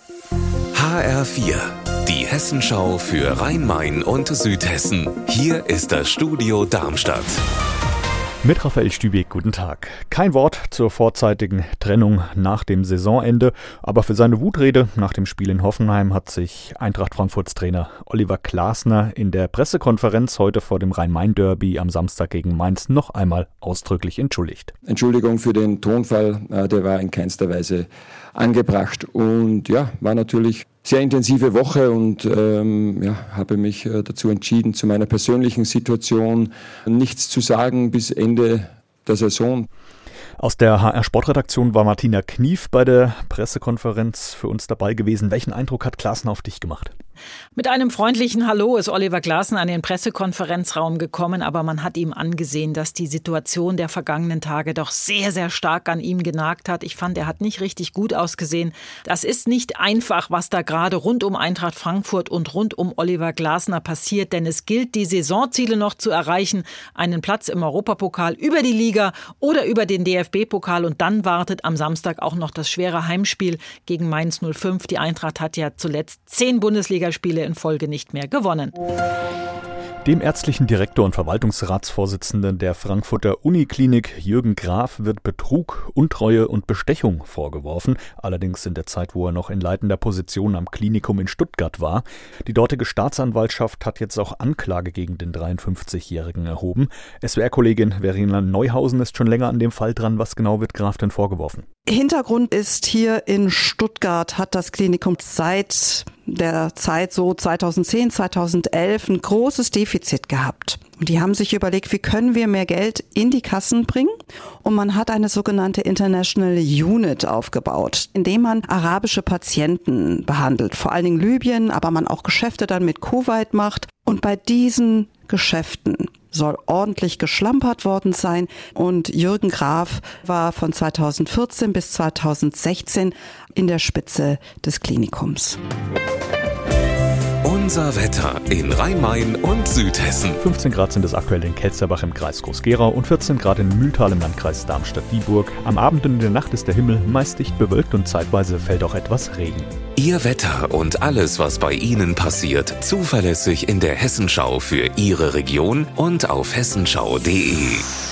HR4, die Hessenschau für Rhein-Main und Südhessen. Hier ist das Studio Darmstadt. Mit Raphael Stübeck, guten Tag. Kein Wort zur vorzeitigen Trennung nach dem Saisonende, aber für seine Wutrede nach dem Spiel in Hoffenheim hat sich Eintracht Frankfurts Trainer Oliver Glasner in der Pressekonferenz heute vor dem Rhein-Main-Derby am Samstag gegen Mainz noch einmal ausdrücklich entschuldigt. Entschuldigung für den Tonfall, der war in keinster Weise angebracht und ja, war natürlich sehr intensive Woche und habe mich dazu entschieden, zu meiner persönlichen Situation nichts zu sagen bis Ende der Saison. Aus der HR-Sportredaktion war Martina Knief bei der Pressekonferenz für uns dabei gewesen. Welchen Eindruck hat Glasner auf dich gemacht? Mit einem freundlichen Hallo ist Oliver Glasner an den Pressekonferenzraum gekommen, aber man hat ihm angesehen, dass die Situation der vergangenen Tage doch sehr, sehr stark an ihm genagt hat. Ich fand, er hat nicht richtig gut ausgesehen. Das ist nicht einfach, was da gerade rund um Eintracht Frankfurt und rund um Oliver Glasner passiert, denn es gilt, die Saisonziele noch zu erreichen, einen Platz im Europapokal über die Liga oder über den DFB-Pokal und dann wartet am Samstag auch noch das schwere Heimspiel gegen Mainz 05. Die Eintracht hat ja zuletzt 10 Bundesligaspiele in Folge nicht mehr gewonnen. Dem ärztlichen Direktor und Verwaltungsratsvorsitzenden der Frankfurter Uniklinik Jürgen Graf wird Betrug, Untreue und Bestechung vorgeworfen, allerdings in der Zeit, wo er noch in leitender Position am Klinikum in Stuttgart war. Die dortige Staatsanwaltschaft hat jetzt auch Anklage gegen den 53-Jährigen erhoben. SWR-Kollegin Verena Neuhausen ist schon länger an dem Fall dran. Was genau wird Graf denn vorgeworfen? Hintergrund ist, hier in Stuttgart hat das Klinikum seit der Zeit so 2010, 2011 ein großes Defizit gehabt. Und die haben sich überlegt, wie können wir mehr Geld in die Kassen bringen? Und man hat eine sogenannte International Unit aufgebaut, indem man arabische Patienten behandelt, vor allen Dingen Libyen, aber man auch Geschäfte dann mit Kuwait macht. Und bei diesen Geschäften soll ordentlich geschlampert worden sein. Und Jürgen Graf war von 2014 bis 2016 in der Spitze des Klinikums. Unser Wetter in Rhein-Main und Südhessen. 15 Grad sind es aktuell in Kelsterbach im Kreis Groß-Gerau und 14 Grad in Mühltal im Landkreis Darmstadt-Dieburg. Am Abend und in der Nacht ist der Himmel meist dicht bewölkt und zeitweise fällt auch etwas Regen. Ihr Wetter und alles, was bei Ihnen passiert, zuverlässig in der Hessenschau für Ihre Region und auf hessenschau.de.